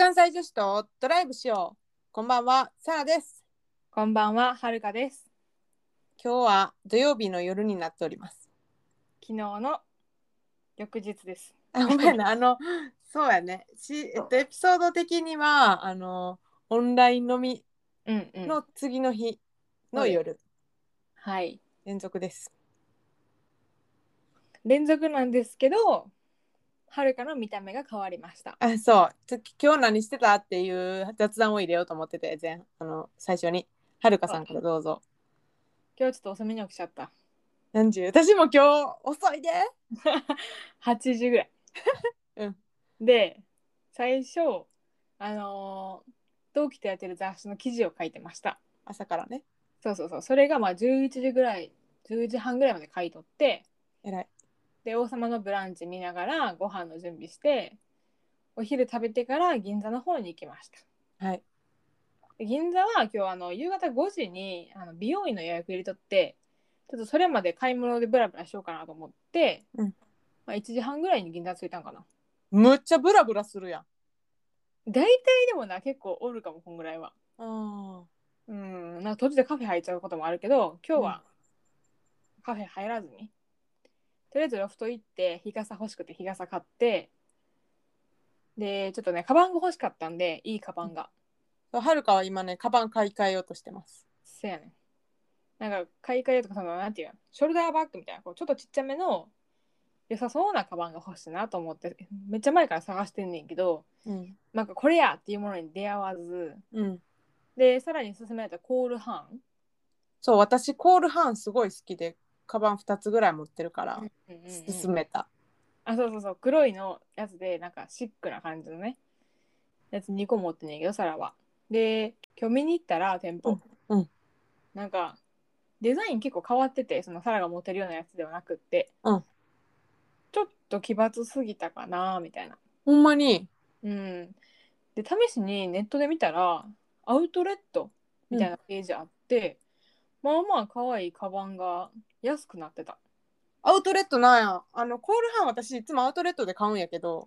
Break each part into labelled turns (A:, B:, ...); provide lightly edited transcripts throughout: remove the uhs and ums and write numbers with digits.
A: 関西女子とドライブしよう。こんばんは、サラです。
B: こんばんは、はるかです。
A: 今日は土曜日の夜になっております。
B: 昨日の翌日です。
A: ごめんな、そうやね。エピソード的には、オンライン飲みの次の日の夜、
B: はい。
A: 連続です。
B: 連続なんですけど、はるかの見た目が変わりました。
A: そう。今日何してたっていう雑談を入れようと思ってて、最初に。はるかさんからどうぞ。
B: 今日ちょっと遅めに起きちゃった。
A: 何時？私も今日遅いで。
B: 8時ぐらい。
A: うん。
B: で、最初、同期とやってる雑誌の記事を書いてました。
A: 朝からね。
B: そう。それがまあ11時ぐらい、10時半ぐらいまで書いとって、
A: えらい。
B: で、王様のブランチ見ながらご飯の準備して、お昼食べてから銀座の方に行きました。
A: はい。
B: 銀座は今日夕方5時に美容院の予約入れとって、ちょっとそれまで買い物でブラブラしようかなと思って、
A: うん
B: 1時半ぐらいに銀座着いたんかな。
A: むっちゃブラブラするやん。
B: 大体でもな、結構おるかも、こんぐらいは。
A: あ
B: なんか途中でカフェ入っちゃうこともあるけど、今日はカフェ入らずに、とりあえずロフト行って日傘欲しくて日傘買って、でちょっとねカバンが欲しかったんで、いいカバンが。
A: はるかは今ね、カバン買い替えようとしてます。
B: せやねん。なんか買い替えとか、なんていうの、ショルダーバッグみたいな、こうちょっとちっちゃめの良さそうなカバンが欲しいなと思ってめっちゃ前から探してんねんけど、なんかこれやっていうものに出会わず、でさらに勧められたコールハン。
A: そう、私コールハンすごい好きで、カバン2つぐらい持ってるから勧めた。
B: そう、黒いのやつでなんかシックな感じのねやつ2個持ってんねんけど、サラは。で今日見に行ったら店舗、なんかデザイン結構変わってて、そのサラが持ってるようなやつではなくって、ちょっと奇抜すぎたかなみたいな。
A: ほんまに。
B: で試しにネットで見たらアウトレットみたいなページあって、まあまあ可愛いカバンが安くなってた。
A: アウトレットなんや。コールハン私いつもアウトレットで買うんやけど、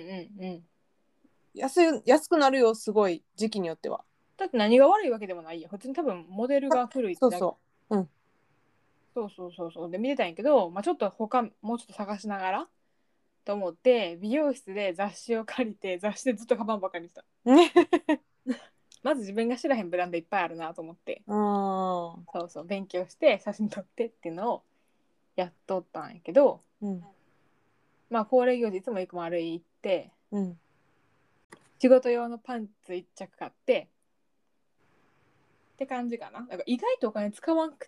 A: 安くなるよ、すごい、時期によっては。
B: だって何が悪いわけでもないよ。普通に多分モデルが古いってだけ。そうで見てたんやけど、まあ、ちょっと他もうちょっと探しながらと思って美容室で雑誌を借りて、雑誌でずっとカバンばかりにした。まず自分が知らへんブランドいっぱいあるなと思って、そう勉強して写真撮ってっていうのをやっとったんやけど、まあ恒例行事いつも行くも歩いて、仕事用のパンツ1着買ってって感じかな。なんか意外とお金使わんくって、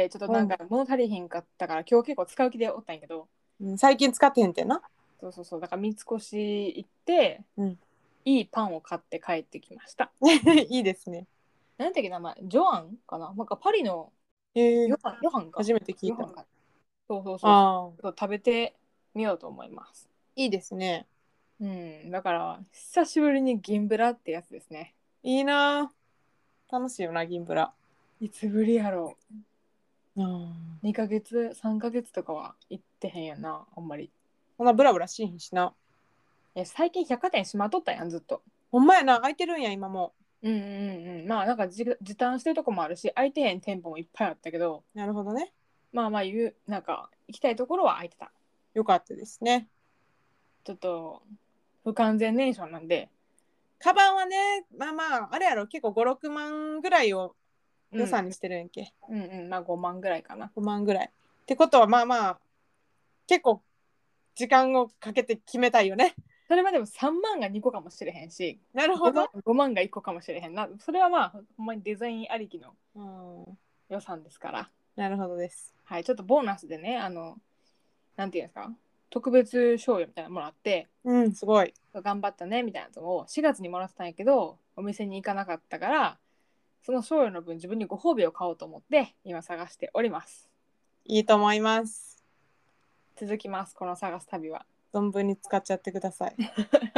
B: ちょっとなんか物足りひんかったから今日結構使う気でおったんやけど、
A: 最近使ってへんてんな。
B: そうだから三越行って、いいパンを買って帰ってきました。
A: いいですね。
B: なんていう名前、ジョアンかな、なんかパリのヨハンか。
A: 初めて聞いた。
B: そう食べてみようと思います。
A: いいですね。
B: だから久しぶりに銀ブラってやつですね。
A: いいな。楽しいよな、銀ブラ。
B: いつぶりやろ
A: う。
B: 2ヶ月3ヶ月とかは行ってへんやな、あんまり。
A: そんなブラブラしんしな。
B: 最近百貨店閉まっとったやん、ずっと。
A: ほんまやな、空いてるんや今も。
B: まあなんか時短してるとこもあるし、空いてへん店舗もいっぱいあったけど、
A: なるほどね。
B: まあなんか行きたいところは空いてた。
A: よかったですね。
B: ちょっと不完全燃焼なんで。
A: カバンはね、まあまあ、あれやろ、結構5、6万ぐらいを予算にしてるんやんけ。
B: まあ5万ぐらいかな。
A: 5万ぐらい。ってことは、まあまあ、結構時間をかけて決めたいよね。
B: それまでも3万が2個かもしれへんし、
A: なるほど。
B: 5万が1個かもしれへんな。それはまあ、ほんまにデザインありきの予算ですから。
A: なるほどです。
B: はい、ちょっとボーナスでね、なんていうんですか、特別賞与みたいなのもらって、
A: すごい。
B: 頑張ったねみたいなのを4月にもらってたんやけど、お店に行かなかったから、その賞与の分自分にご褒美を買おうと思って今探しております。
A: いいと思います。
B: 続きます、この探す旅は。
A: 存分に使っちゃってください。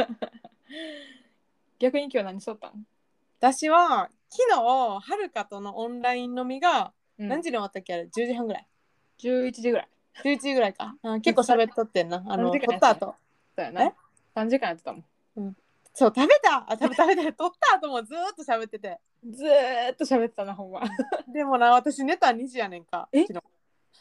B: 逆に今日何しとったん？
A: 私は昨日はるかとのオンライン飲みが何時に終わったっけ、あれ10時半ぐらい。
B: 11時ぐらい。
A: 11時ぐらいか。結構喋っとってんな。撮った後。
B: そうやな。3時間やってたもん。
A: そう食べた食べた撮った後もずーっと喋ってて
B: ずーっと喋ってたなほんま。
A: でもな私寝た2時やねんか
B: え
A: 昨日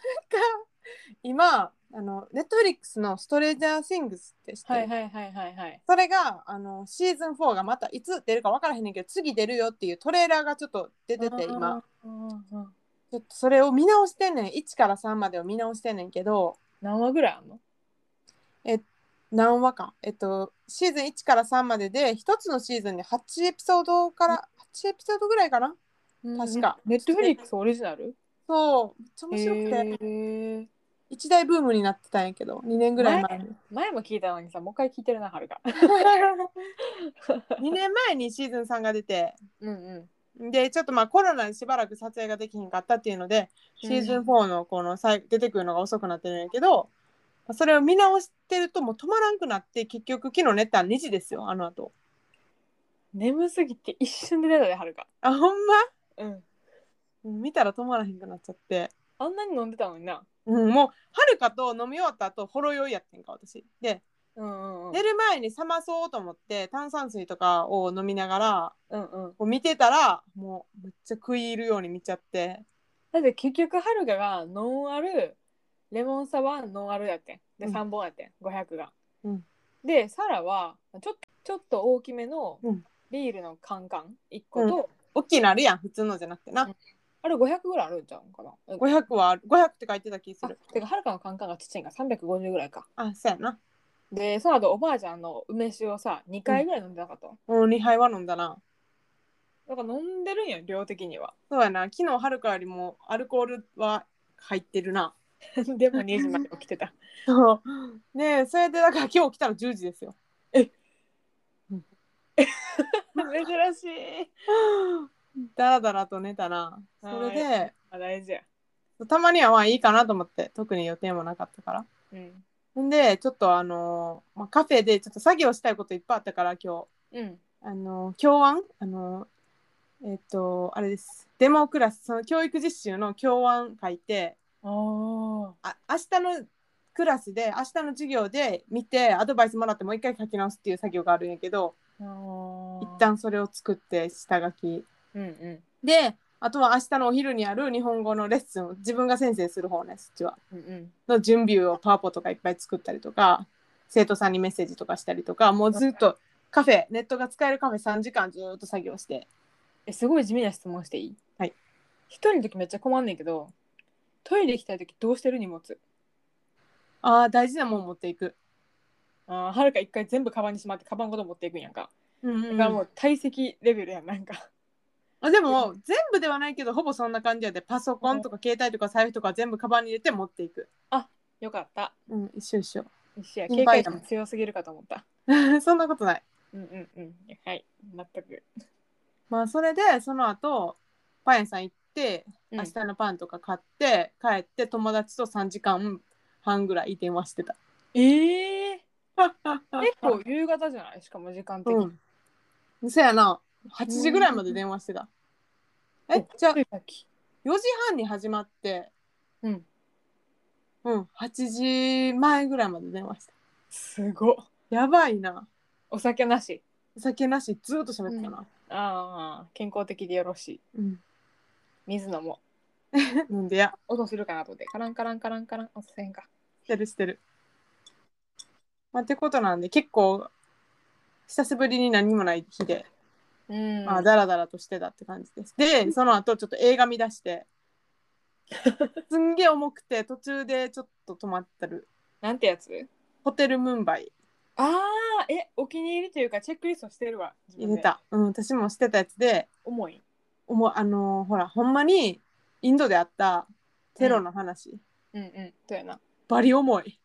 A: 今ネットフリックスのストレージャーシングスって知ってる、
B: はいはいはいはいはい。
A: それがシーズン4がまたいつ出るか分からへんねんけど次出るよっていうトレーラーがちょっと出てて今ちょっとそれを見直してんねん1から3までを見直してんねんけど
B: 何話ぐらいあんの？
A: 何話かシーズン1から3までで1つのシーズンで8エピソードから8エピソードぐらいかな確か
B: ネットフリックスオリジナル？
A: そうめっちゃ面白くて一大ブームになってたんやけど2年ぐらい前に
B: 前も聞いたのにさもう一回聞いてるなはるか
A: 2年前にシーズン3が出て
B: うん
A: でちょっとまあコロナでしばらく撮影ができひんかったっていうのでシーズン4のこの出てくるのが遅くなってるんやけどそれを見直してるともう止まらんくなって結局昨日寝た2時ですよあの後
B: 眠すぎて一瞬で寝たではるか。
A: あほん
B: うん。
A: ま見たら止まらへんくなっちゃって
B: あんなに飲んでたのにな。
A: もうはるかと飲み終わった後ほろ酔いやってんか私で寝る前に冷まそうと思って炭酸水とかを飲みながらこう見てたらもうめっちゃ食い入るように見ちゃって
B: だって結局はるかがノンアルレモンサワーノンアルやってんで、3本やってん500が、でサラはちょっと大きめのビールのカンカン1個と、
A: 大きいのあるやん普通のじゃなくてな、
B: あれ500ぐらいあるんちゃうんかな。
A: 500は500って書いてた気する。
B: てかはるかのカンカンがちっちゃいんが350ぐらいか。
A: あそうやな。
B: でその後おばあちゃんの梅酒をさ2回ぐらい飲んでなかった、
A: 2杯は飲んだな。
B: だから飲んでるんや量的には。
A: そうやな昨日はるかよりもアルコールは入ってるな。
B: でも2時まで起きてた。
A: そうねえそれでだから今日起きたら10時ですよ。
B: 珍しい。
A: だらだらと寝たな。それで
B: 大事や。
A: たまにはまあいいかなと思って特に予定もなかったから。んでちょっとまあ、カフェでちょっと作業したいこといっぱいあったから今日、教案あれですデモクラスその教育実習の教案書いて明日のクラスで明日の授業で見てアドバイスもらってもう一回書き直すっていう作業があるんやけど一旦それを作って下書き、であとは明日のお昼にある日本語のレッスン自分が先生する方ねそっちは、の準備をパワポとかいっぱい作ったりとか生徒さんにメッセージとかしたりとかもうずっとネットが使えるカフェ3時間ずっと作業して
B: すごい地味な質問していい？
A: はい。
B: 一人の時めっちゃ困んねんけどトイレ行きたい時どうしてる？荷物。
A: 大事なもん持っていく。
B: はるか一回全部カバンにしまってカバンごと持っていくんやんか、だからもう体積レベルやんなんか
A: でも全部ではないけどほぼそんな感じやでパソコンとか携帯とか財布とか全部カバンに入れて持っていく。
B: よかった。
A: 一緒
B: や警戒心強すぎるかと思った
A: そんなことない。
B: はい全く。
A: まあそれでその後パン屋さん行って明日のパンとか買って帰って友達と3時間半ぐらい電話してた。
B: 結構夕方じゃない？しかも時間的に。
A: そやな8時ぐらいまで電話してた。じゃあ4時半に始まって8時前ぐらいまで電話した。
B: すごっ。
A: やばいな。
B: お酒なし
A: ずっと喋ってたな。
B: 健康的でよろしい。水飲も
A: うなんでや
B: 音するかなと思ってカランカランカランカラン音せんか。
A: してる。ってことなんで結構久しぶりに何もない日でダラダラとしてたって感じです。でその後ちょっと映画見出してすんげえ重くて途中でちょっと止まってる。
B: なんてやつ？
A: ホテルムンバイ。
B: お気に入りというかチェックリストしてるわ。
A: 入れた。私もしてたやつで
B: 重い。
A: ほらほんまにインドであったテロの話。
B: そうやな。
A: バリ重い。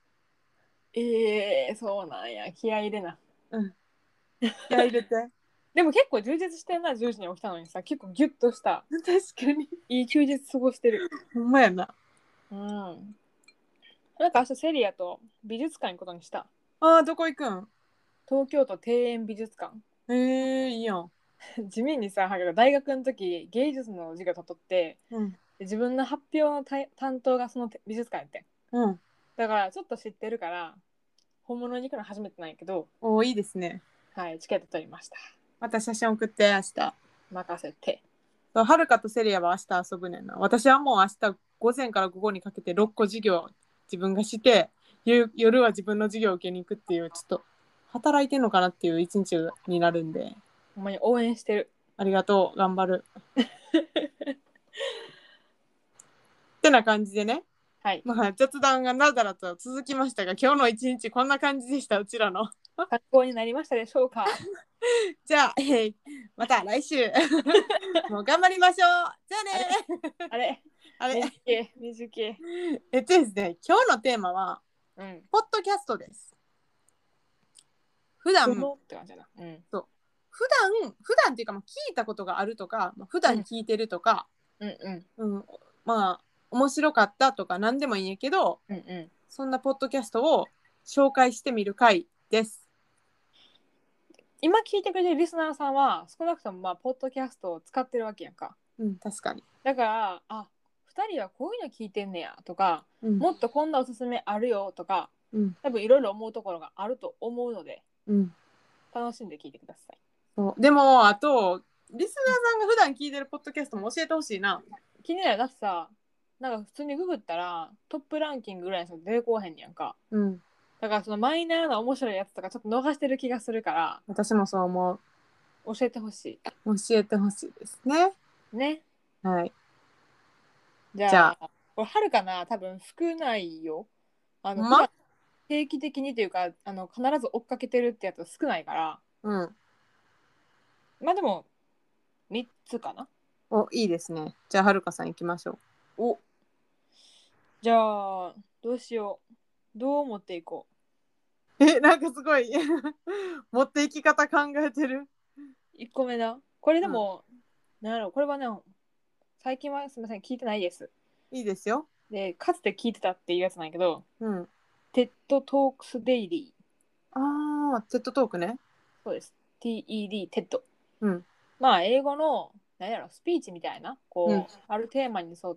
B: そうなんや。気合い入れな。
A: 気合い入れて。
B: でも結構充実してんな。10時に起きたのにさ結構ギュッとした
A: 確かに
B: いい休日過ごしてる。
A: ほんまやな。
B: なんか明日セリアと美術館行くことにした。
A: どこ行くん？
B: 東京都庭園美術館。
A: いいやん。
B: 地味にさ大学の時芸術の授業取っとって、自分の発表の担当がその美術館やってん、だからちょっと知ってるから本物に行くの初めてなんやけど
A: いいですね。
B: はい、チケット取りました。
A: また写真送って明日。
B: 任せて。
A: はるかとセリアは明日遊ぶねんな。私はもう明日午前から午後にかけて6個授業自分がして、夜は自分の授業を受けに行くっていう、ちょっと働いてんのかなっていう一日になるんで。
B: ほんまに応援してる。
A: ありがとう、頑張る。ってな感じでね。
B: はい。
A: まあ雑談がなだらと続きましたが、今日の一日こんな感じでした、うちらの。
B: 参考になりましたでしょうか。
A: じゃあ、また来週もう頑張りましょう。じゃあ
B: ね。あれ
A: あれ
B: 短い。
A: ですね、今日のテーマは、ポッドキャストです。普段
B: って感じだな。
A: そう普段っていうか、聞いたことがあるとか、普段聞いてるとか、まあ面白かったとか何でもいいんやけど、そんなポッドキャストを紹介してみる回です。
B: 今聞いてくれてるリスナーさんは少なくともポッドキャストを使ってるわけやんか。
A: 確かに。
B: だから2人はこういうの聞いてんねやとか、もっとこんなおすすめあるよとか、多分いろいろ思うところがあると思うので、楽しんで聞いてください。
A: そうでもあとリスナーさんが普段聞いてるポッドキャストも教えてほしいな。
B: 気になる。だってさ、なんか普通にググったらトップランキングぐらいの出てこへんやんか。だからそのマイナーな面白いやつとかちょっと逃してる気がするから、
A: 私もそう思う。
B: 教えてほしい。
A: 教えてほしいですね。
B: ね。
A: はい。
B: じゃあこれ春かな、多分少ないよ。普段定期的にというか必ず追っかけてるってやつは少ないから。まあでも3つかな。
A: いいですね。じゃあはるかさん行きましょ
B: う。じゃあどうしよう。どう持っていこ
A: う。なんかすごい持っていき方考えてる。
B: 1個目だ。これでも、なんやろ、これはね、最近はすみません、聞いてないです。
A: いいですよ。
B: で、かつて聞いてたっていうやつなんやけど、テッドトークスデイリ
A: ー。テッドトークね。
B: そうです。TED、テッド。
A: まあ、
B: 英語の、なんやろ、スピーチみたいな、あるテーマに沿って、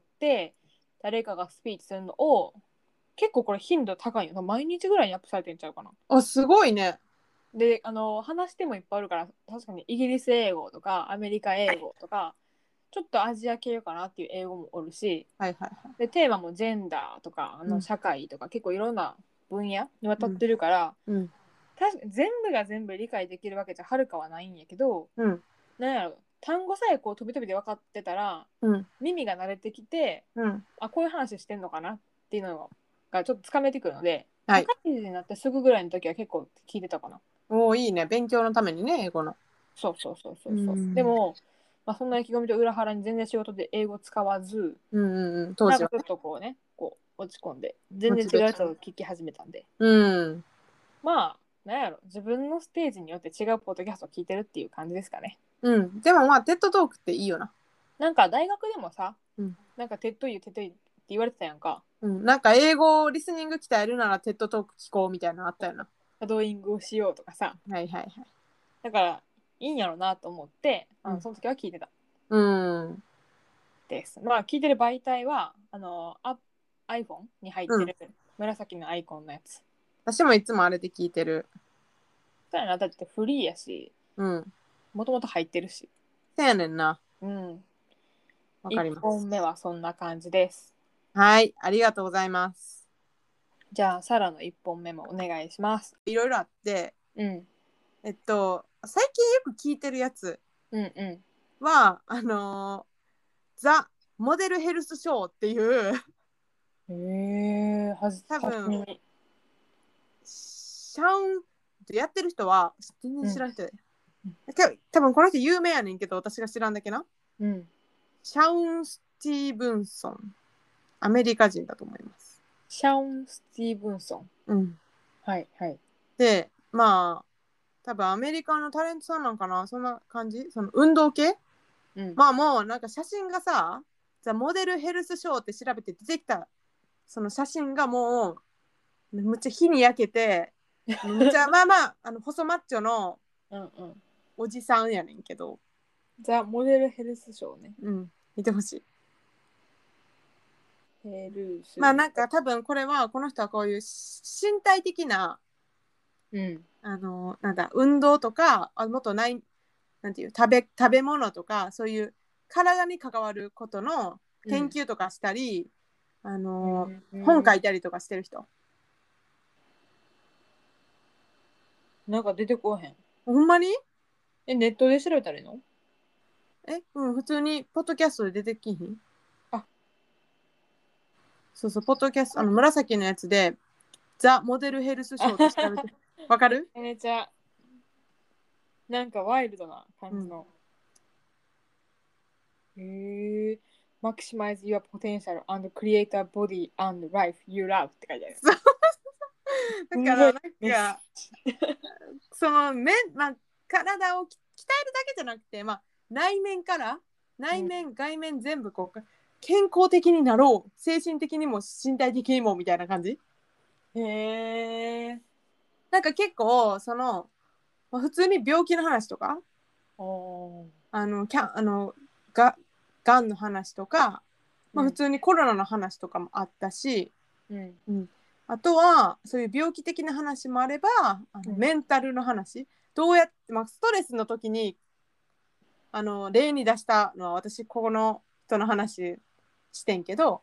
B: 誰かがスピーチするのを、結構これ頻度高いよ。毎日ぐらいにアップされてんちゃうかな。
A: すごいね。
B: で、話してもいっぱいあるから、確かにイギリス英語とか、アメリカ英語とか、ちょっとアジア系かなっていう英語もおるし、でテーマもジェンダーとか社会とか、結構いろんな分野にわたってるから、確かに全部が全部理解できるわけじゃはるかはないんやけど、なんやろ、単語さえ飛び飛びで分かってたら、耳が慣れてきて、こういう話してんのかなっていうのがちょっとつかめてくるので、社会人になってすぐぐらいの時は結構聞いてたかな。
A: いいね、勉強のためにね、英語の。
B: そう。でも、そんな意気込みと裏腹に全然仕事で英語使わず、当時は、ちょっと落ち込んで、全然違うやつを聞き始めたんで。なんやろ、自分のステージによって違うポッドキャストを聞いてるっていう感じですかね。
A: でもテッドトークっていいよな。
B: なんか大学でもさ、なんかテッドいいって言われてたやんか。
A: なんか英語リスニング鍛えるならテッドトーク聞こうみたいなのあったよな。
B: シャドーイングをしようとかさ。だからいいんやろうなと思って、その時は聞いてた。です。聞いてる媒体はiPhone に入ってる紫のアイコンのやつ。
A: 私もいつもあれで聞いてる。
B: そうやな、だってフリーやし、もともと入ってるし。
A: そうやねんな。
B: わかります。1本目はそんな感じです。
A: はい、ありがとうございます。
B: じゃあサラの1本目もお願いします。
A: いろいろあって、最近よく聞いてるやつは、ザ・モデルヘルスショーっていう多分シャウンやってる人は全然知らん人で、多分この人有名やねんけど私が知らんだけな、シャウン・スティーブンソン、アメリカ人だと思います。
B: シャウン・スティーブンソン、で
A: 多分アメリカのタレントさんなんかな、そんな感じ、その運動系、もうなんか写真がさ、ザ・モデルヘルスショーって調べて出てきたその写真がもうむっちゃ火に焼けてむっちゃ細マッチョのおじさんやねんけど、
B: ザ・モデルヘルスショーね。
A: 見てほしい。なんか多分これはこの人はこういう身体的な
B: うん。
A: なんだ運動とかもっとないなんていう食べ物とかそういう体に関わることの研究とかしたり、本書いたりとかしてる人。
B: なんか出てこへん。
A: ほんまに？
B: ネットで調べたらいいの？
A: 普通にポッドキャストで出てきひん？
B: あ、
A: そうそう、ポッドキャスト、紫のやつで、ザ・モデルヘルスショーって調べて。わかる？
B: めちゃめちゃ、なんかワイルドな感じの。へえ。Maximize your potential and create a body and life you love って書いてある。
A: だからなんかまあ、体を鍛えるだけじゃなくて、まあ、内面から内面、外面全部こう健康的になろう、精神的にも身体的にもみたいな感じ。
B: へえ。
A: なんか結構まあ、普通に病気の話とか
B: お
A: あのキャあのががんの話とか、まあ、普通にコロナの話とかもあったし、あとはそういう病気的な話もあればメンタルの話、どうやって、まあ、ストレスの時に例に出したのは私ここの人の話してんけど、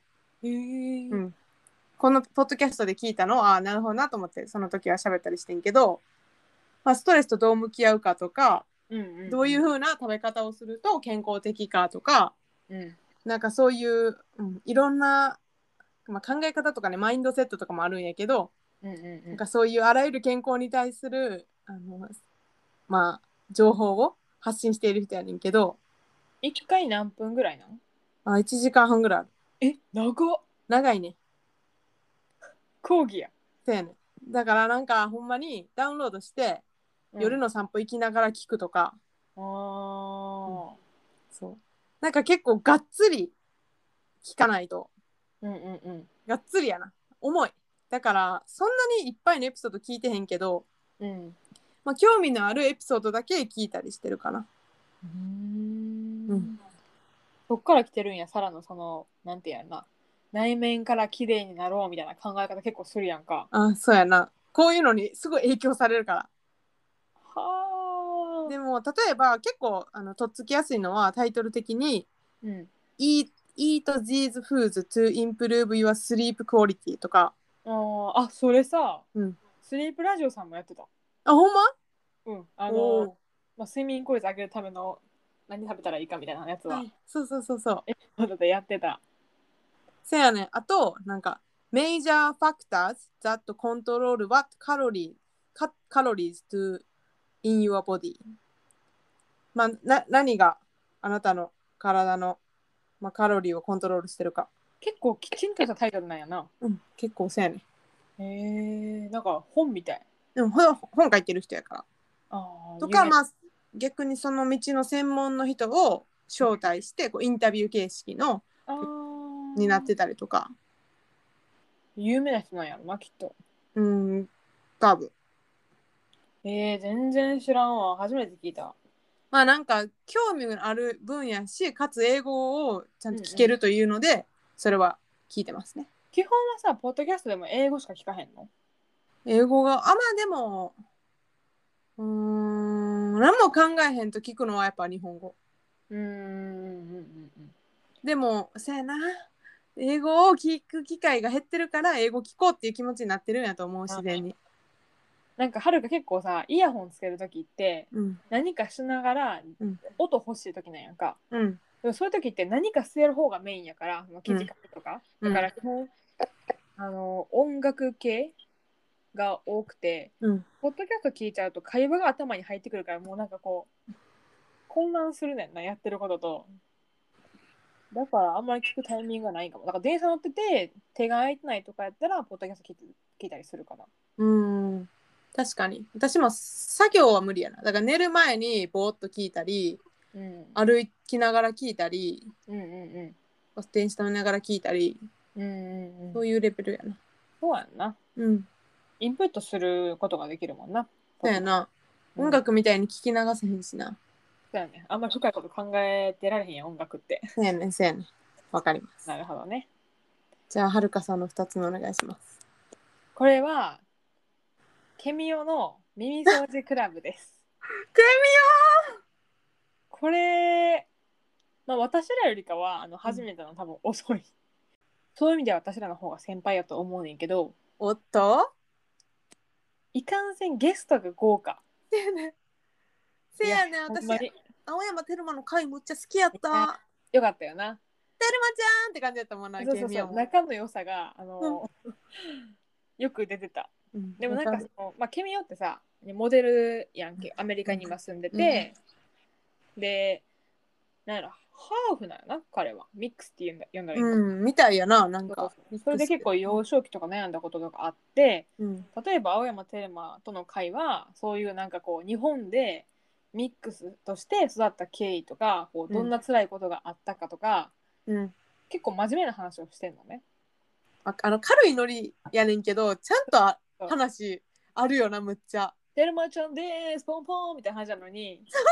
A: このポッドキャストで聞いたのはなるほどなと思ってその時は喋ったりしてんけど、まあ、ストレスとどう向き合うかとか、どういう風な食べ方をすると健康的かとか、なんかそういう、いろんな、まあ、考え方とかねマインドセットとかもあるんやけど、なんかそういうあらゆる健康に対するまあ情報を発信している人やねんけど、
B: 1回何分ぐらいなの
A: 1時間半ぐらい。
B: 長っ。
A: 長いね。
B: 講義や。
A: そうやね。だからなんかほんまにダウンロードして、夜の散歩行きながら聞くとか。そう。なんか結構がっつり聞かないと。がっつりやな。重い。だからそんなにいっぱいのエピソード聞いてへんけど、まあ、興味のあるエピソードだけ聞いたりしてるかな。
B: そっから来てるんや、サラのなんていうやんな。内面から綺麗になろうみたいな考え方結構するやんか。
A: そうやな。こういうのにすごい影響されるから。
B: はあ。
A: でも例えば結構とっつきやすいのはタイトル的に、Eat these foods to improve your sleep quality とか。
B: それさ、スリープラジオさんもやってた。
A: ほんま？
B: 睡眠効率上げるための何食べたらいいかみたいなやつは。
A: そうそうそうそう。
B: でやってた。
A: せやねん。あと、なんか、Major factors that control what calories to in your body。まあ、何があなたの体の、まあ、カロリーをコントロールしてるか。
B: 結構きちんとしたタイトルなんやな。
A: 結構せやね
B: ん。へえ、なんか本みたい。
A: でも本書いてる人やから。とか、まあ、逆にその道の専門の人を招待して、こうインタビュー形式のになってたりとか。
B: 有名な人なんやろな、きっと。
A: 多分。
B: 全然知らんわ。初めて聞いた。
A: まあなんか興味のある分野し、かつ英語をちゃんと聞けるというので、それは聞いてますね。
B: 基本はさ、ポッドキャストでも英語しか聞かへんの？
A: 英語が、まあでも、何も考えへんと聞くのはやっぱ日本語。でも、そうやな。英語を聞く機会が減ってるから英語聞こうっていう気持ちになってるんやと思う、自然に。
B: なんかはるか結構さ、イヤホンつける時って、何かしながら、音欲しい時なんやんか。でもそういう時って何か捨てる方がメインやから、記事書くとか。だから基本、音楽系が多くて、ポッドキャスト聞いちゃうと会話が頭に入ってくるから、もうなんかこう混乱するねんな、やってることと。だからあんまり聞くタイミングがないかも。だから電車乗ってて手が空いてないとかやったらポッドキャスト聞いたりするかな。
A: 確かに私も作業は無理やな。だから寝る前にぼーっと聞いたり、歩きながら聞いたり、電車乗りながら聞いたり、そういうレベルやな。
B: そうやんな。インプットすることができるもんな。
A: そうやな。音楽みたいに聞き流せへんしな。
B: そうやね。あんまり深いこと考えてられへんやん、音楽って。
A: そうやねん、そうやねん。わかります。
B: なるほどね。
A: じゃあはるかさんの2つ目お願いします。
B: これはケミオの耳掃除クラブです。
A: ケ
B: これ、まあ、私らよりかは
A: ミオ、
B: 始めたの多分遅い。そういう意味では私らの方が先輩やと思うねんけど、
A: おっと
B: いかんせんゲストが豪華。
A: せやねん。せ
B: いや、
A: やねん、私、
B: ほんまに。
A: 青山テルマの回むっちゃ好きやっ
B: いや
A: た。
B: よかったよな。
A: テルマちゃんって感じやったもんな、
B: そうそうそう、
A: ケミオも。
B: 仲の良さが、
A: うん。
B: よく出てた。
A: うん、
B: でもなん
A: わかる。
B: かまあ、ケミオってさ、モデルやんけ、アメリカに今住んでて、で、なんやろ、ハーフなんやな、彼は。ミックスって呼んだらいいんか。
A: うん、みたいやな、なん
B: そう
A: か。
B: そうそれで結構幼少期とか悩んだこととかあって、
A: うん。
B: 例えば青山テルマとの会は、そういうなんかこう、日本でミックスとして育った経緯とか、こうどんな辛いことがあったかとか、
A: うん。
B: 結構真面目な話をしてんのね。
A: 軽いノリやねんけど、ちゃんと
B: そう
A: 話あるよな、むっちゃ。
B: テルマちゃんでーす、ポンポンみたいな話なのに、
A: そうそう、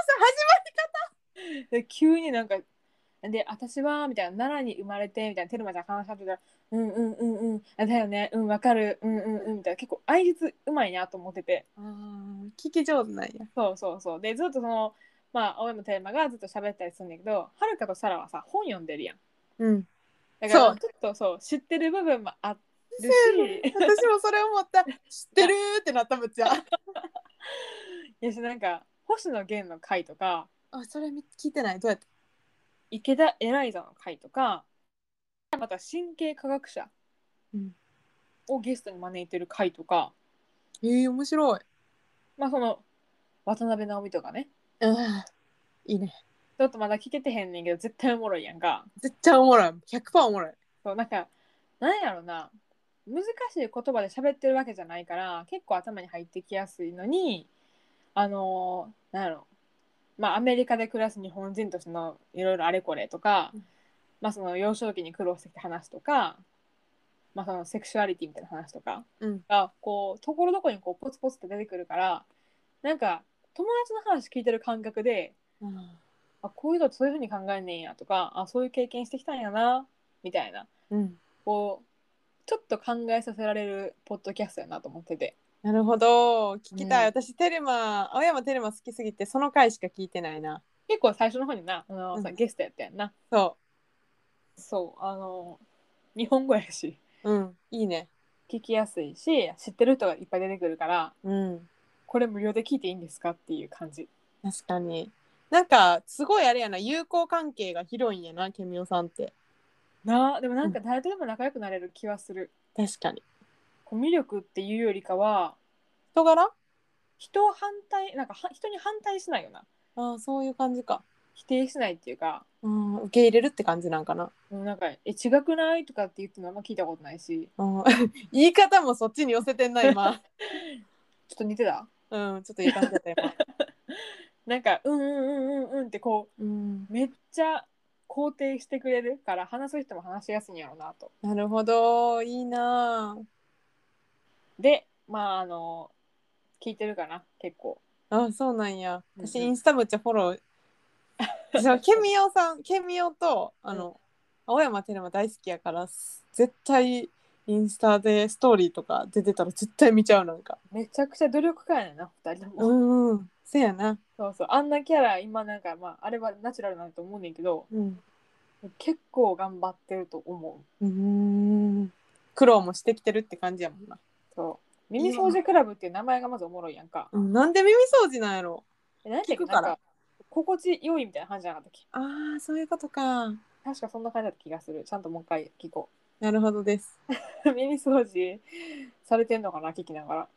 B: で急になんか、で、私は、みたいな、奈良に生まれて、みたいな、テルマちゃん話し合ってたら、うんうんうんうん、だよね、うん、わかる、うんうんうん、みたいな、結構、相槌うまいなと思ってて、
A: あー、聞き上手なんや。
B: そうそうそう。で、ずっとまあ、青山テルマがずっと喋ったりするんだけど、はるかとサラはさ、本読んでるやん。
A: うん。
B: だから、
A: そう。
B: ちょっとそう、知ってる部分もあるし、
A: 私もそれ思った。知ってる
B: い
A: ってなった、むっちゃ。
B: やし、なんか、星野源の回とか、
A: あ、それ聞いてない。どうやって。
B: 池田エライザの回とか、また神経科学者
A: うん。
B: をゲストに招いてる回とか、
A: 面白い。
B: まあ、渡辺直美とかね、
A: うん。いいね。
B: ちょっとまだ聞けてへんねんけど、絶対おもろいやんか。
A: 絶対おもろい。100%おもろい。
B: そう、なんか、なんやろな、難しい言葉で喋ってるわけじゃないから、結構頭に入ってきやすいのに、なんやろ、まあ、アメリカで暮らす日本人としてのいろいろあれこれとか、まあ、その幼少期に苦労してきた話とか、まあ、そのセクシュアリティみたいな話とか
A: うん。
B: が、こう、ところどころにこうポツポツって出てくるから、なんか、友達の話聞いてる感覚で、
A: うん。
B: あ、こういうのそういうふうに考えんねんやとか、あ、そういう経験してきたんやな、みたいな、
A: うん。
B: こう、ちょっと考えさせられるポッドキャストやなと思ってて。
A: なるほど。聞きたい。
B: うん、
A: 私、青山テルマ好きすぎて、その回しか聞いてないな。
B: 結構最初の方にな、
A: うん。
B: ゲストやったやんな。
A: そ
B: そう、日本語やし、
A: う。うん。いいね。
B: 聞きやすいし、知ってる人がいっぱい出てくるから、
A: うん。
B: これ無料で聞いていいんですかっていう感じ。
A: 確かに。なんか、すごいあれやな。友好関係が広いんやな、ケミオさんって。
B: なあ、でもな
A: うん。
B: んか誰とでも仲良くなれる気はする。
A: 確かに。
B: コミュ力っていうよりかは、
A: 人柄。
B: なんか人に反対しないよな。
A: ああ、そういう感じか。
B: 否定しないっていうか、
A: うん。受け入れるって感じなんかな。
B: なんか、違くないとかって言ってるのあんま聞いたことないし、
A: うん。言い方もそっちに寄せてんな、今。
B: ちょっと似てた。
A: うん。ちょっといい感じだった、今。
B: なんか、うんうんうんうんうんってこ
A: うん。
B: う、めっちゃ肯定してくれるから話す人も話しやすいんやろうなと。
A: なるほど。いいな
B: で、まあ、聞いてるかな、結構。
A: あ。あ、そうなんや。私、イ
B: うんうん。
A: ンスタめっちゃフォロー。私はケミオさん、ケミオと、
B: うん、
A: 青山テルマ大好きやから、絶対、インスタでストーリーとか出てたら絶対見ちゃう、なんか。
B: めちゃくちゃ努力家やねんな、二人と
A: う
B: も。
A: んうん。せやな。
B: そうそう、あんなキャラ、今なんか、まあ、あれはナチュラルなんだと思うねんけど、
A: うん。
B: 結構頑張ってると思う。
A: うーん。苦労もしてきてるって感じやもんな。
B: そう。耳
A: いいわ。
B: 掃除クラブっていう名前がまずおもろいやんか。
A: うん、なんで耳掃除なんやろ。
B: 何やったっけ、
A: 聞くから。
B: なんか、心地よいみたいな感じじゃなかったっけ。
A: ああ、そういうことか。
B: 確かそんな感じだった気がする。ちゃんともう一回聞こ
A: なるほどです。
B: う。耳掃除されてんのかな、聞きながら。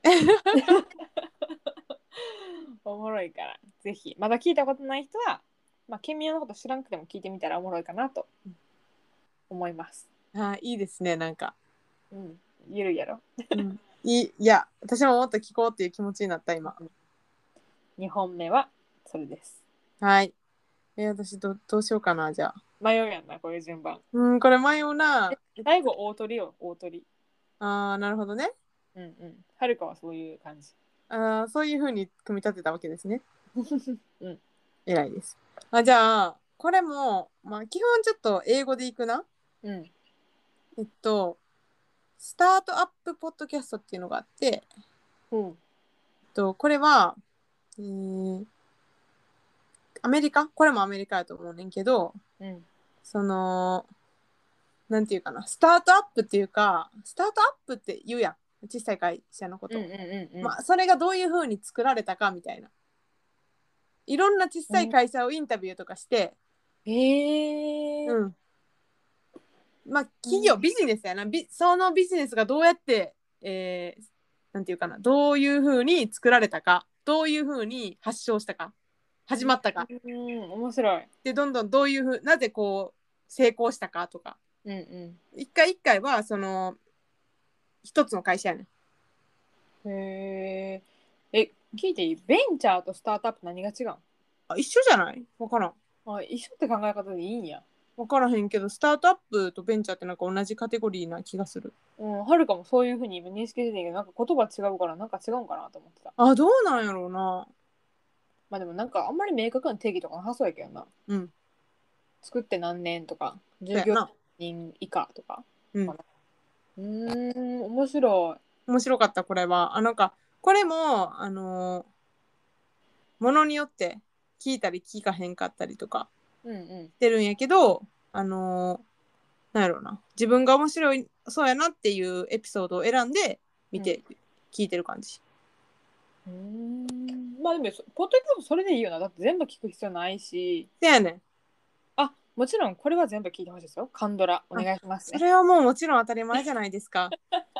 B: おもろいから、ぜひ。まだ聞いたことない人は、まあ、ケミオのこと知らんくても聞いてみたらおもろいかなと思います。
A: あー、いいですね、なんか。
B: うん。ゆるいやろ。
A: うん。いや、私ももっと聞こうっていう気持ちになった、今。
B: 2本目はそれです。
A: はい。私どうしようかな、じゃあ。
B: 迷うやんな、こういう順番。
A: うん、これ迷うな。
B: 最後、大鳥よ、大鳥。
A: ああ、なるほどね。
B: うんうん。はるかはそういう感じ。
A: ああ、そういう風に組み立てたわけですね。
B: うん。
A: 偉いです。じゃあ、これも、まあ、基本ちょっと英語でいくな。
B: うん。
A: スタートアップポッドキャストっていうのがあって、
B: うん。
A: これは、アメリカ、これもアメリカやと思うねんけど、
B: うん。
A: その、なんていうかな、スタートアップっていうか、スタートアップって言うやん。小さい会社のこと。まあ、それがどういうふうに作られたかみたいな。いろんな小さい会社をインタビューとかして、うん。まあ、企業、ビジネスやな。そのビジネスがどうやって、なんていうかな、どういうふうに作られたか、どういうふうに発祥したか、始まったか。
B: 面白い。
A: で、どんどんどういうふう、なぜこう、成功したかとか。一回一回は、一つの会社やね
B: ん。へえ。聞いていい？ベンチャーとスタートアップ何が違うん？
A: あ、一緒じゃない？わからん。
B: 一緒って考え方でいいんや。
A: わからへんけど、スタートアップとベンチャーってなんか同じカテゴリーな気がする。
B: はるかもそういうふうに今認識してたけど、なんか言葉違うからなんか違うんかなと思ってた。
A: あ、どうなんやろうな。
B: まあでもなんかあんまり明確な定義とかなさそうやけどな。
A: うん。
B: 作って何年とか、従業
A: そうやな。
B: 員以下とか。
A: うん。
B: 面白
A: 面白かった、これは。なんか、これも、ものによって聞いたり聞かへんかったりとか
B: い。
A: してるんやけど、なんやろうな。自分が面白い、そうやなっていうエピソードを選んで見て、聞いてる感じ。
B: まあでも、ポッドキャストそれでいいよな。だって全部聞く必要ないし。
A: せやねん。
B: もちろんこれは全部聞いてほしいですよ。カンドラ、お願いしますね。
A: それはもうもちろん当たり前じゃないですか。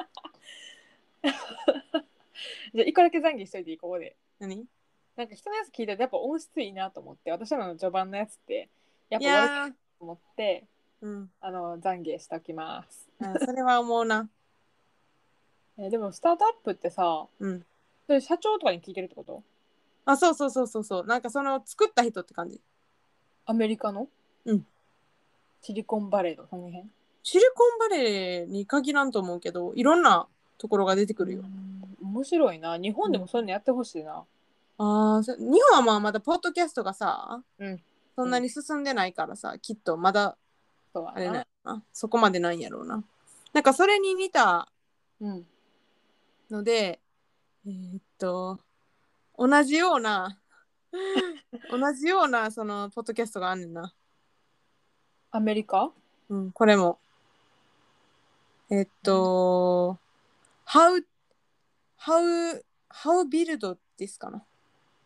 B: じゃあ、一個だけ懺悔しといていい？ここで。
A: 何？
B: なんか人のやつ聞いててやっぱ音質いいなと思って、私らの序盤のやつってやっ
A: い
B: ぱ悪く
A: やー、
B: と思って、
A: うん。
B: 懺悔しときます。
A: それは思うな。
B: でもスタートアップってさ、
A: うん。
B: それ社長とかに聞いてるってこと？
A: あ、そうそうそうそうそう。なんかその作った人って感じ。
B: アメリカの
A: うん。
B: シリコンバレーとかその辺？
A: シリコンバレーに限らんと思うけど、いろんなところが出てくるよ。
B: 面白いな。日本でもそういうのやってほしいな。
A: 日本はまあまだポッドキャストがさ、
B: うん。
A: そんなに進んでないからさ、きっとまだ、
B: そうや
A: あれなんや
B: な。
A: ろな。そこまでないんやろうな。なんかそれに似た
B: うん。
A: ので、同じような、同じようなそのポッドキャストがあんねんな。
B: アメリカ？
A: うん、これも。How, how build ですかな。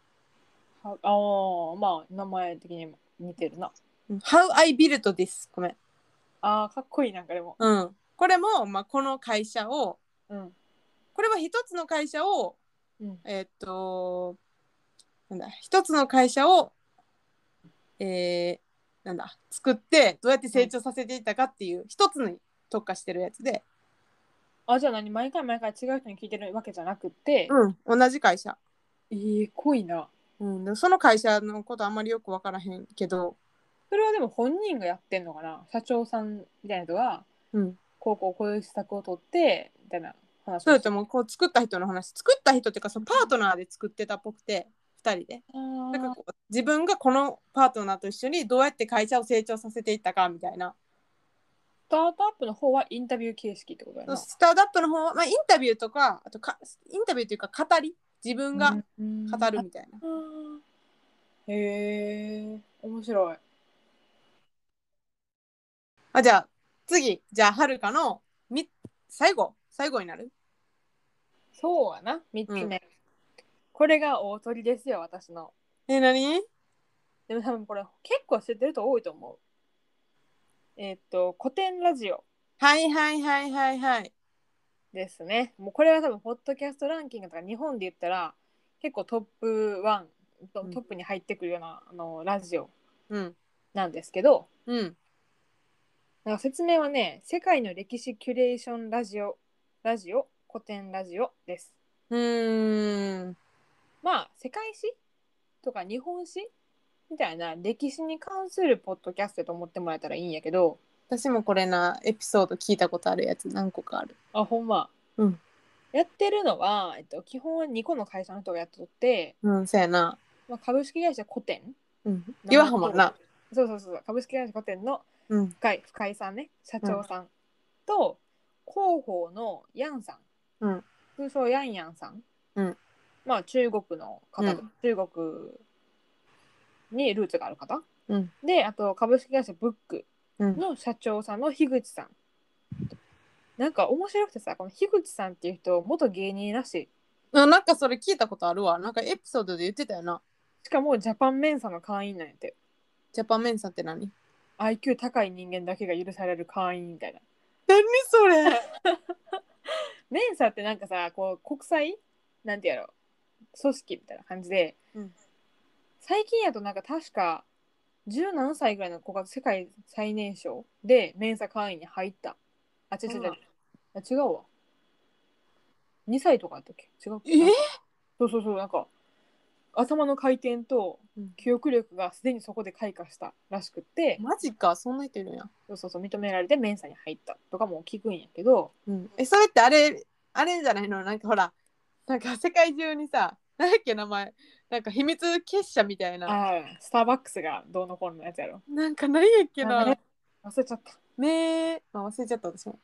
B: まあ、名前的にも似てるな。
A: How I built this ごめん。
B: かっこいいなんかでも。
A: うん。これも、まあ、この会社を、
B: うん。
A: これは一つの会社を、
B: うん。
A: なんだ、一つの会社を、なんだ、作って、どうやって成長させていったかっていう、一つに特化してるやつで、
B: じゃあ何？毎回毎回違う人に聞いてるわけじゃなくて、
A: うん、同じ会社。
B: 濃いな。
A: うん、でその会社のことあんまりよく分からへんけど、
B: それはでも本人がやってんのかな？社長さんみたいな人が、
A: うん。
B: こういう施策を取って、みたいな話
A: そ
B: をして。
A: れともこう作った人の話、作った人っていうかそのパートナーで作ってたっぽくて、2人で。なんかこう自分がこのパートナーと一緒にどうやって会社を成長させていったかみたいな。
B: スタートアップの方はインタビュー形式ってことやな。
A: スタートアップの方は、まあ、インタビューとか、あとインタビューというか語り、自分が語るみたいな。
B: へえ、面白い。
A: じゃあ次、じゃあはるかの最後になる。
B: そうやな、3つ目。これが大鳥ですよ、私の。
A: 何？
B: でも多分これ結構知ってる人多いと思う。古典ラジオ
A: はいはいはいはいはい。
B: ですね。もうこれは多分、ポッドキャストランキングとか日本で言ったら、結構トップ1、トップに入ってくるようなラジオなんですけど、なんか説明はね、世界の歴史キュレーションラジオ、古典ラジオです。まあ、世界史とか日本史みたいな歴史に関するポッドキャストと思ってもらえたらいいんやけど、
A: 私もこれな、エピソード聞いたことあるやつ何個かある。
B: ほんま。やってるのは、基本は2個の会社の人がやっとって、
A: そうやな。
B: 株式会社古典。
A: 岩浜な。
B: そう株式会社古典の深井さんね、社長さんと、広報のヤンさん、通称ヤンヤンさんまあ中国の方、
A: うん、
B: 中国にルーツがある方、
A: うん、
B: で、あと株式会社ブック
A: うん。
B: の社長さんの樋口さん。なんか面白くてさ、この樋口さんっていう人元芸人らしい。
A: なんかそれ聞いたことあるわ。なんかエピソードで言ってたよな。
B: しかもジャパンメンサの会員なんやって。
A: ジャパンメンサって何？
B: IQ 高い人間だけが許される会員みたいな。
A: 何それ？
B: メンサってなんかさ、こう国際なんてやろ組織みたいな感じで、
A: うん、
B: 最近やとなんか確か十何歳ぐらいの子が世界最年少でメンサ会員に入った。あ、違う違う違う。あ、違うわ。2歳とかだったっけ？違う。
A: え
B: そうそうそう、なんか頭の回転と
A: うん、
B: 記憶力がすでにそこで開花したらしくって、
A: マジか、そんな人いるんや。
B: そうそうそう、認められてメンサに入ったとかも聞くんやけど、
A: うん、それってあれじゃないの？なんかほら、なんか世界中にさ、なんだっけ名前、なんか秘密結社みたいな。
B: スターバックスがどうのこうのやつやろ。
A: なんか何やっけ
B: ね、
A: な。
B: 忘れちゃった。
A: 忘れちゃった私も。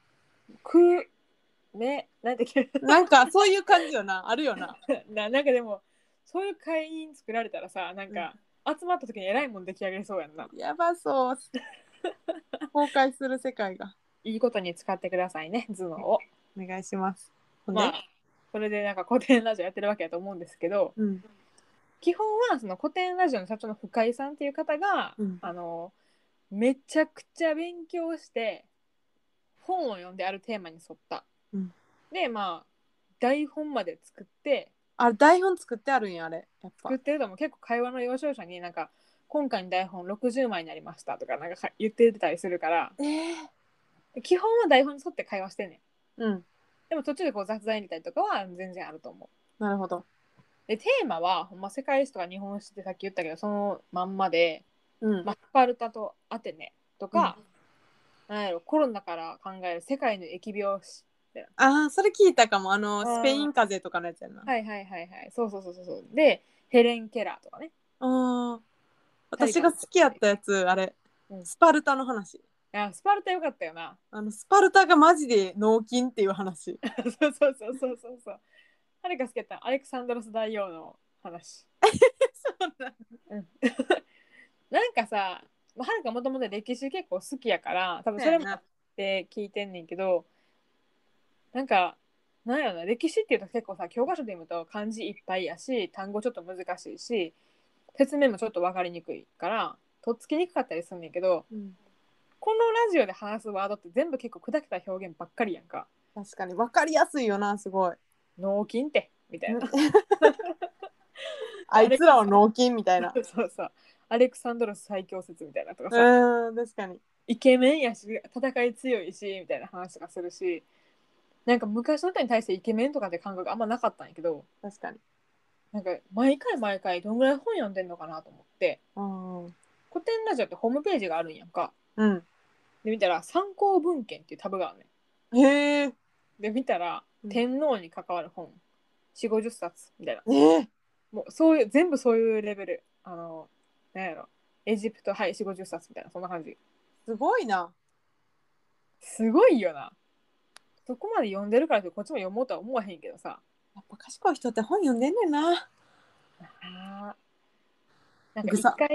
B: なんていう
A: なんかそういう感じよな、あるよな。
B: なんかでも、そういう会員作られたらさ、なん
A: うん、
B: か、集まった時に偉いもん出来上がりそうやんな。
A: やばそう。崩壊する世界が。
B: いいことに使ってくださいね、頭脳を。
A: お願いします。ほんで、
B: まあ、それでなんか古典ラジオやってるわけだと思うんですけど、
A: うん、
B: 基本はその古典ラジオの社長の深井さんっていう方が、
A: うん、
B: めちゃくちゃ勉強して本を読んであるテーマに沿った。
A: うん。
B: で、まあ、台本まで作って、
A: あれ、台本作ってあるんや、あれ。やっぱ。
B: 作ってるとも結構会話の要所になんか、今回の台本60枚になりましたとかなんか言ってたりするから、基本は台本に沿って会話してんねん。
A: うん。
B: でも途中でこう雑談入れたりとかは全然あると思う。
A: なるほど。
B: で、テーマは、ほんま世界史とか日本史ってさっき言ったけど、そのまんまで、
A: うん。
B: スパルタとアテネと
A: うん、
B: か、なんやろ、コロナから考える世界の疫病史みたいな。
A: ああ、それ聞いたかも。スペイ
B: あ
A: ン風邪とかのやつやな。
B: はいはいはいはい。そうそうそうそう。で、ヘレン・ケラーとかね。
A: ああ、私
B: 二人が
A: が好きやったやつ、あれ、
B: うん。
A: スパルタの話。
B: スパルタよかったよな。
A: スパルタがマジで脳筋っていう話。
B: そうそうそうそうそうそう。誰が好きやったアレクサンドロス大王の話。
A: そうなん。
B: うん。なんかさ、はるかもともと歴史結構好きやから、多分
A: そうやな。
B: それもあって聞いてんねんけど、なんか、なんやろな、歴史っていうと結構さ、教科書で読むと漢字いっぱいやし、単語ちょっと難しいし、説明もちょっと分かりにくいから、とっつきにくかったりすんねんけど、
A: うん、
B: このラジオで話すワードって全部結構砕けた表現ばっかりやんか。
A: 確かに分かりやすいよな、すごい。
B: 脳筋って、みたいな。
A: あいつらは脳筋みたいな。
B: そうそう。アレクサンドロス最強説みたいなとかさ、
A: 確かに。
B: イケメンやし、戦い強いし、みたいな話とかするし、なんか昔の人に対してイケメンとかって感覚あんまなかったんやけど、
A: 確かに。
B: なんか毎回毎回どんぐらい本読んでんのかなと思って、
A: うん。
B: 古典ラジオってホームページがあるんやんか。
A: うん。
B: で見たら参考文献っていうタブがあるね。
A: へえ。
B: で見たら
A: うん、
B: 天皇に関わる本4、50冊みたいな。
A: え
B: もうそういう全部そういうレベル。なんやろ。エジプトはい4、50冊みたいなそんな感じ。
A: すごいな。
B: すごいよな。そこまで読んでるからってこっちも読もうとは思わへんけどさ。
A: やっぱ賢い人って本読んでんねんな。
B: なんか
A: ぐさ。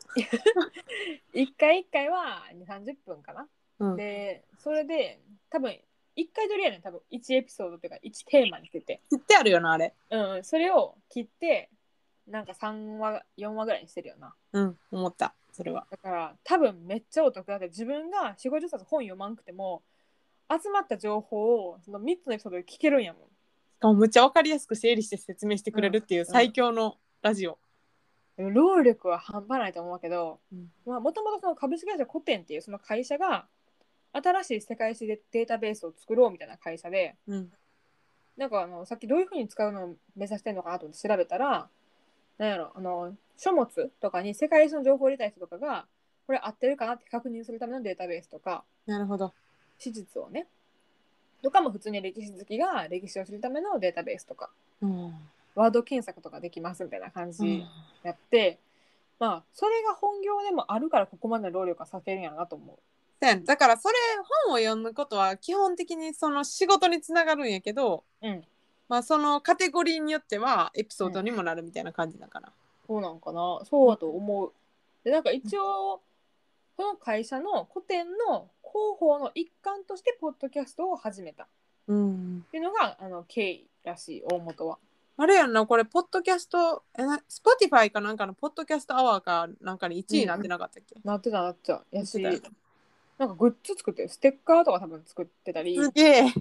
B: 一回は2、30分かな。
A: うん。
B: で、それで多分一回撮りやねん、多分1エピソードというか1テーマにしてて。
A: 切ってあるよな、あれ。
B: うん、それを切って、なんか3話、4話ぐらいにしてるよな。
A: うん、思った。それは。
B: だから多分めっちゃお得だって自分が4、50冊本読まんくても集まった情報をその3つのエピソードで聞けるんやもん。
A: しかもむっちゃ分かりやすく整理して説明してくれるっていう
B: うん
A: 最強のラジオ。
B: 労力は半端ないと思うけど、
A: うん、
B: もともとその株式会社コテンっていうその会社が新しい世界史でデータベースを作ろうみたいな会社で、
A: うん、
B: なんかさっきどういうふうに使うのを目指してるのかなと思って調べたら、なんやろ、書物とかに世界史の情報を入れた人とかがこれ合ってるかなって確認するためのデータベースとか、
A: なるほど。
B: 史実をね、とかも普通に歴史好きが歴史を知るためのデータベースとか、
A: うん、
B: ワード検索とかできますみたいな感
A: うん、
B: じやって、まあそれが本業でもあるからここまでの労力が避けるんやろなと思う。
A: だからそれ本を読むことは基本的にその仕事につながるんやけど、
B: うん
A: まあそのカテゴリーによってはエピソードにもなるみたいな感じだから、
B: そうなんかな。そうだと思う。で、なんか一応、その会社の個展の広報の一環としてポッドキャストを始めたっ
A: うん、
B: ていうのが経緯らしい、大元は。
A: あれやんな、これポッドキャストスポティファイかなんかのポッドキャストアワーかなんかに1位になってなかったっけ、
B: なってたなってた。やし、
A: なって
B: なんかグッズ作ってる、ステッカーとか多分作ってたり、
A: すげえ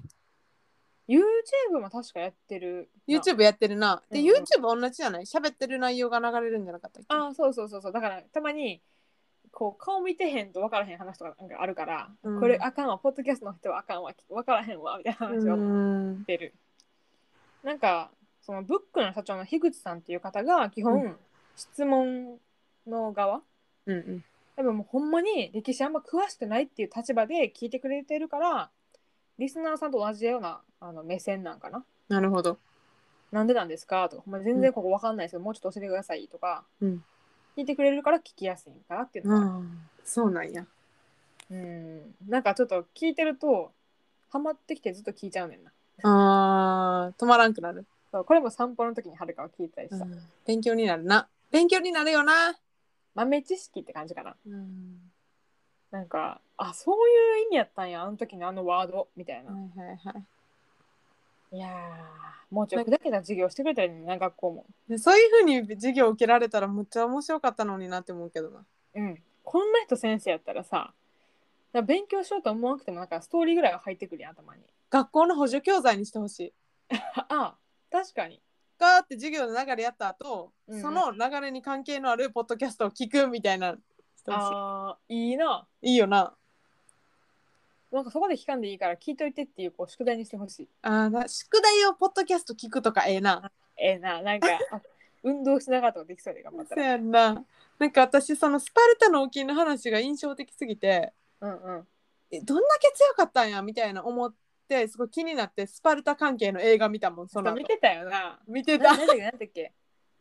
B: YouTube も確かやってるな。
A: YouTube やってるな。で、
B: うんうん
A: YouTube 同じじゃない、喋ってる内容が流れるんじゃなかったっけ。
B: ああ、そうそうそうそう。だからたまにこう顔見てへんと分からへん話とかなんかあるから、
A: うん、
B: これあかんわ、ポッドキャストの人はあかんわ、分からへんわみたいな話をしてる。なんかそのブックの社長の樋口さんっていう方が基本、質問の側、
A: うんうん、
B: 多分もうほんまに歴史あんま詳しくないっていう立場で聞いてくれてるから、リスナーさんと同じような目線なんかな。
A: なるほど。
B: なんでなんですかとか、ほんま全然ここ分かんないですけど、もうちょっと教えてくださいとか、
A: うん、
B: 聞いてくれるから聞きやすいんかなっていうのが、
A: そうなんや。
B: なんかちょっと聞いてるとハマってきてずっと聞いちゃうねんな。
A: 止まらんくなる。
B: そうこれも散歩の時にはるかは聞いたりした、
A: 勉強になるな。勉強になるよな。
B: 豆知識って感じかな。
A: うん
B: なんかそういう意味やったんや、あの時のあのワードみたいな。
A: はいはいはい。
B: いやー、もうちょっと砕けた授業してくれたらいいな、学校も。
A: でそういう風に授業を受けられたらむっちゃ面白かったのになって思うけどな。
B: こんな人先生やったらさ、勉強しようと思わなくてもなんかストーリーぐらいは入ってくるやん、頭に。
A: 学校の補助教材にしてほしい。
B: 確かに。
A: ガーって授業の流れやった後、
B: うんうん
A: その流れに関係のあるポッドキャストを聞くみたいなしてほし
B: いいな。
A: い。いいよな。
B: なんかそこで聞かんでいいから聞いといてっていう、宿題にしてほしい。
A: 宿題をポッドキャスト聞くとかええな。
B: なんか運動しながらとかできそうで頑張った
A: そう
B: ら。
A: やんな。なんか私そのスパルタの王金の話が印象的すぎて、どんだけ強かったんやみたいな思ってすごい気になってスパルタ関係の映画見たもん。その後
B: 見てたよな。
A: 見てた。
B: なんだっけ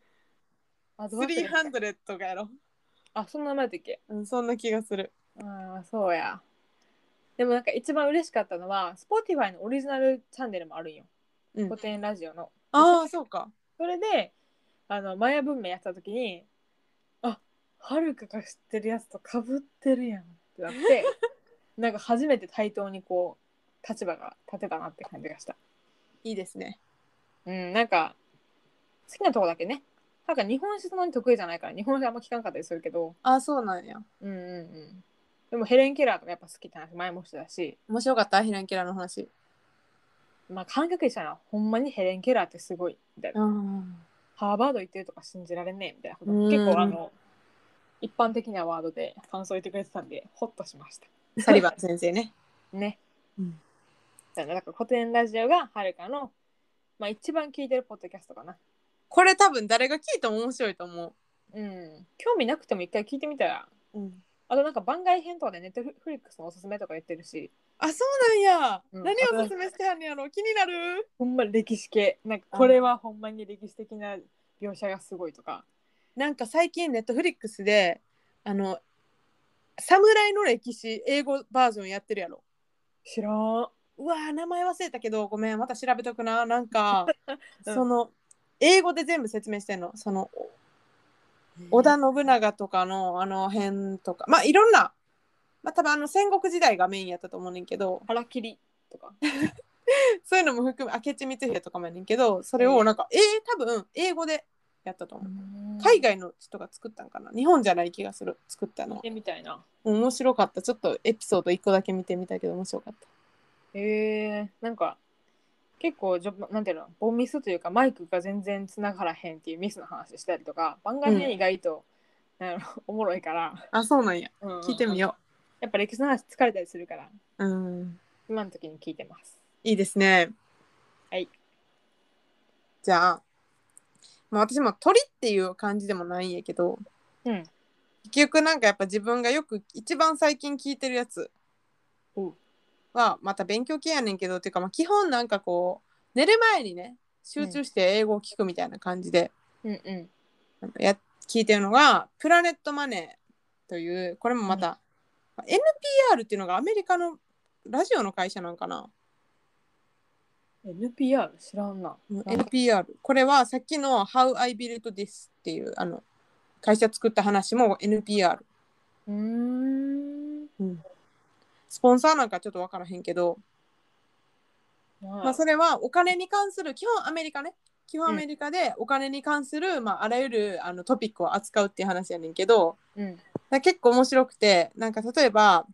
A: 300とかやろ。
B: そんな名前だっけ。
A: そんな気がする。
B: そうや。でもなんか一番嬉しかったのは Spotify のオリジナルチャンネルもあるんよ、古典ラジオの。
A: そうか。
B: それでマヤ文明やった時に、はるかが知ってるやつとかぶってるやんってなってなんか初めて対等にこう立場が立てたなって感じがした。
A: いいですね。
B: なんか好きなとこだけね。なんか日本史そんなに得意じゃないから日本史あんま聞かんかったりするけど、
A: そうなんや。
B: でもヘレン・ケラーとかやっぱ好きって話前もしてたし、
A: 面白かったヘレン・ケラーの話。
B: 感覚にしたらほんまにヘレン・ケラーってすごいみたいな、ハーバード行ってるとか信じられんねえみたいなこと結構一般的なワードで感想言ってくれてたんでホッとしました。
A: サリバン先生ね。
B: ね。だから古典ラジオがはるかの、一番聞いてるポッドキャストかな。
A: これ多分誰が聞いても面白いと思う。
B: 興味なくても一回聞いてみたら。あとなんか番外編とかでネットフリックスのおすすめとか言ってるし。
A: そうなんや。何をおすすめしてはんねやろ。気になる。
B: ほんま歴史系。なんかこれはほんまに歴史的な描写がすごいとか。
A: なんか最近ネットフリックスで侍の歴史英語バージョンやってるやろ。
B: 知らん。
A: うわ名前忘れたけどごめんまた調べとくな。なんか、その英語で全部説明してんの。その織田信長とかの辺とかいろんな、多分戦国時代がメインやったと思うねんけど、
B: 腹切りとか
A: そういうのも含め明智光秀とかもやねんけど、それをなんか多分英語でやったと思う。海外の人が作ったんかな。日本じゃない気がする。作ったのは。
B: 見てみたいな。
A: 面白かった。ちょっとエピソード1個だけ見てみたけど面白かった。
B: なんか結構なんていうの、ボンミスというかマイクが全然繋がらへんっていうミスの話したりとか、番外編意外と、おもろいから。
A: そうなんや。聞いてみよう。
B: やっぱ歴史の話疲れたりするから、今の時に聞いてます。
A: いいですね。
B: はい。
A: じゃあ、私も鳥っていう感じでもないんやけど、結局なんかやっぱ自分がよく一番最近聞いてるやつはまた勉強系やねんけど、っていうか基本なんかこう寝る前にね集中して英語を聞くみたいな感じで、聞いてるのがプラネットマネーという、これもまた、NPR っていうのがアメリカのラジオの会社なんかな。
B: NPR 知らんな。
A: NPR。これはさっきの How I Built This っていう会社作った話も NPR。うん。スポンサーなんかちょっと分からへんけど、まあそれはお金に関する、基本アメリカね。基本アメリカでお金に関する、まあ、あらゆるトピックを扱うっていう話やねんけど、結構面白くて、なんか例えば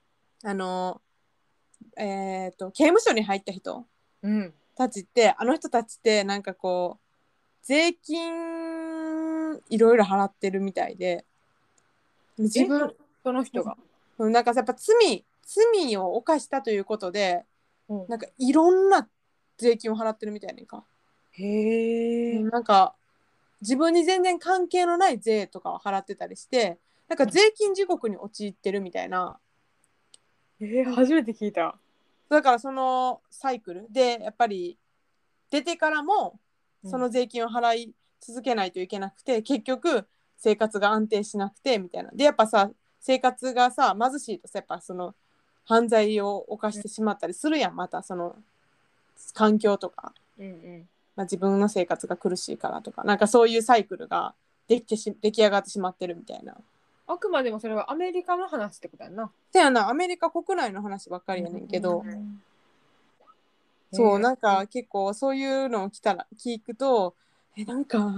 A: 刑務所に入った人たちって、あの人たちってなんかこう税金いろいろ払ってるみたいで、自分
B: その人が
A: なんかやっぱ罪を犯したということで、なんかいろんな税金を払ってるみたいねんか。へえ。なんか自分に全然関係のない税とかを払ってたりして、なんか税金地獄に陥ってるみたいな。
B: 初めて聞いた。
A: だからそのサイクルでやっぱり出てからもその税金を払い続けないといけなくて、結局生活が安定しなくてみたいな。でやっぱさ、生活がさ貧しいとさ、やっぱその犯罪を犯してしまったりするやん。またその環境とか、まあ、自分の生活が苦しいからとか、なんかそういうサイクルが出来上がってしまってるみたいな。
B: あくまでもそれはアメリカの話ってことやな。
A: せやな、アメリカ国内の話ばっかりやねんけど、そう、なんか結構そういうのを聞くと、なんか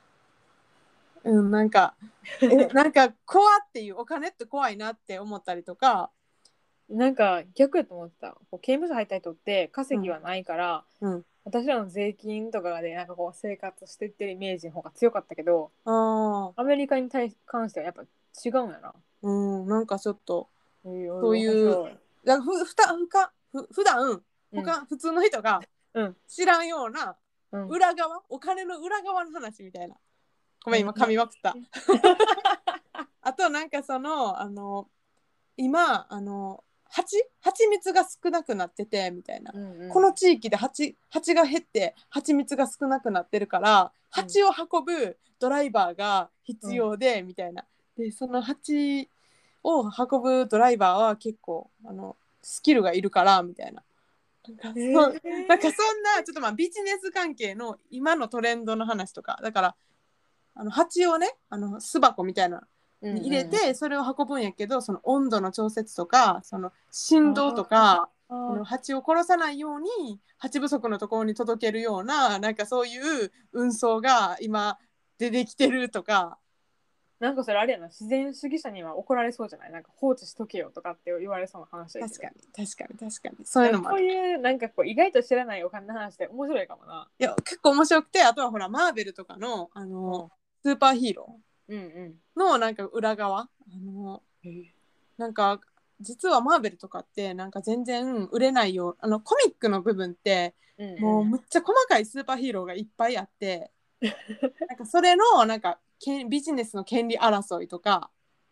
A: なんか怖っていう、お金って怖いなって思ったりとか。
B: なんか逆やと思ってた。こう刑務所入った人って稼ぎはないから、私らの税金とかでなんかこう生活してってるイメージの方が強かったけど、アメリカに関してはやっぱ違うんやな。
A: なんかちょっとそういう普段普通の人が知らんような裏側、お金の裏側の話みたいな。ごめん今噛みまくった。あとなんかその今蜂蜜が少なくなっててみたいな、この地域で蜂が減って蜂蜜が少なくなってるから蜂を運ぶドライバーが必要で、みたいな。でその蜂を運ぶドライバーは結構スキルがいるからみたいな。なんかそんなちょっとまあビジネス関係の今のトレンドの話とかだから、蜂をね巣箱みたいなに入れてそれを運ぶんやけど、その温度の調節とかその振動とか、蜂を殺さないように蜂不足のところに届けるような、なんかそういう運送が今出てきてるとか。
B: なんかそれあれやな、自然主義者には怒られそうじゃない？なんか放置しとけよとかって言われそうな話だけど。
A: 確かにそういうのもある。
B: こういうなんかこう意外と知らないお金の話で面白いかもな。
A: いや結構面白くて、あとはほらマーベルとかのスーパーヒーローのなんか裏側、なんか実はマーベルとかってなんか全然売れないよ、コミックの部分って、もうむっちゃ細かいスーパーヒーローがいっぱいあってなんかそれのなんかビジネスの権利争いとか、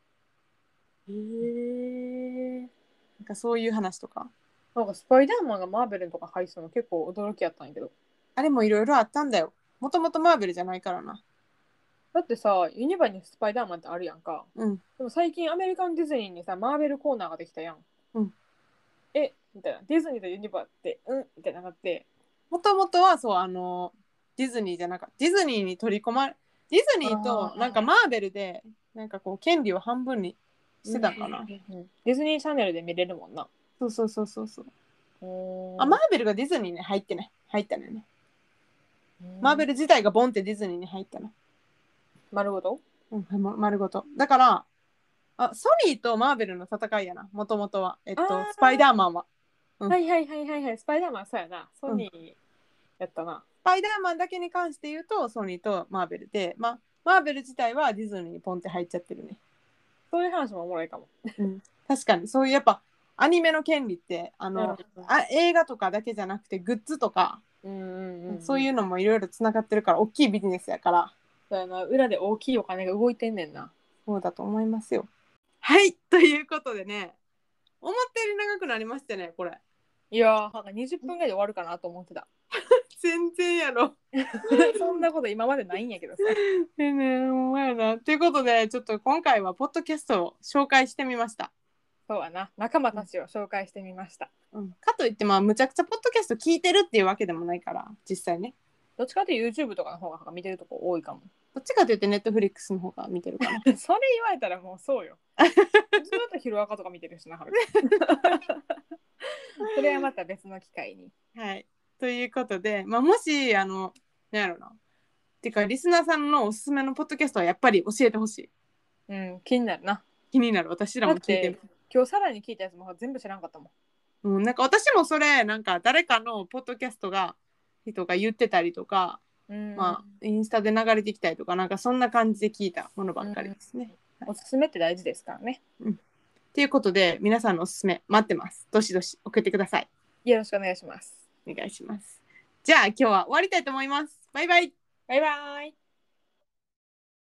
A: なんかそういう話とか。
B: なんかスパイダーマンがマーベルとか入ってたの結構驚きやったんやけど。
A: あれもいろいろあったんだよ。もともとマーベルじゃないからな。
B: だってさ、ユニバにスパイダーマンってあるやんか。でも最近アメリカのディズニーにさ、マーベルコーナーができたやん。みたいな。ディズニーとユニバってみたいななって。
A: もともとはそうディズニーじゃなかった。ディズニーに取り込まれ、ディズニーとなんかマーベルでなんかこう権利を半分にしてたかな。
B: ディズニーチャンネルで見れるもんな。
A: そう。マーベルがディズニーに入ったのよね。マーベル自体がボンってディズニーに入ったの。
B: 丸ごと？
A: 丸ごと。だからソニーとマーベルの戦いやな、もともとは。スパイダーマンは。
B: はい。スパイダーマンそうやな。ソニーやったな。
A: スパイダーマンだけに関して言うとソニーとマーベルで、マーベル自体はディズニーにポンって入っちゃってるね。
B: そういう話もおもろいかも。
A: 確かにそういうやっぱアニメの権利って映画とかだけじゃなくてグッズとか、そういうのもいろいろつながってるから大きいビジネスやから。
B: そうやな、裏で大きいお金が動いてんねんな。
A: そうだと思いますよ。はいということでね、思ったより長くなりましたねこれ。
B: いやー、20分ぐらいで終わるかなと思ってた。
A: 全然やろ。
B: そんなこと今までないんやけどさ。
A: ほんまやな。ということでちょっと今回はポッドキャストを紹介してみました。
B: そうやな、仲間たちを紹介してみました。
A: かといってむちゃくちゃポッドキャスト聞いてるっていうわけでもないから実際ね。
B: どっちかというと YouTube とかの方が見てるとこ多いかも。
A: どっちかというと Netflix の方が見てるかな。
B: それ言われたらもうそうよ。ずっとヒロアカとか見てるしな、はる。それはまた別の機会に。
A: はい。ということで、もしなんやろな。てかリスナーさんのおすすめのポッドキャストはやっぱり教えてほしい。
B: 気になるな。
A: 気になる。私らも聞いてみ。
B: 今日さらに聞いたやつも全部知らんかったも
A: ん。なんか私もそれなんか誰かのポッドキャストが人が言ってたりとか、インスタで流れてきたりとかなんかそんな感じで聞いたものばっかりですね。
B: おすすめって大事ですからね。
A: ということで皆さんのおすすめ待ってます。どしどし送ってください。
B: よろしくお願いします。
A: お願いします。じゃあ今日は終わりたいと思います。バイバイ。
B: バイバイ。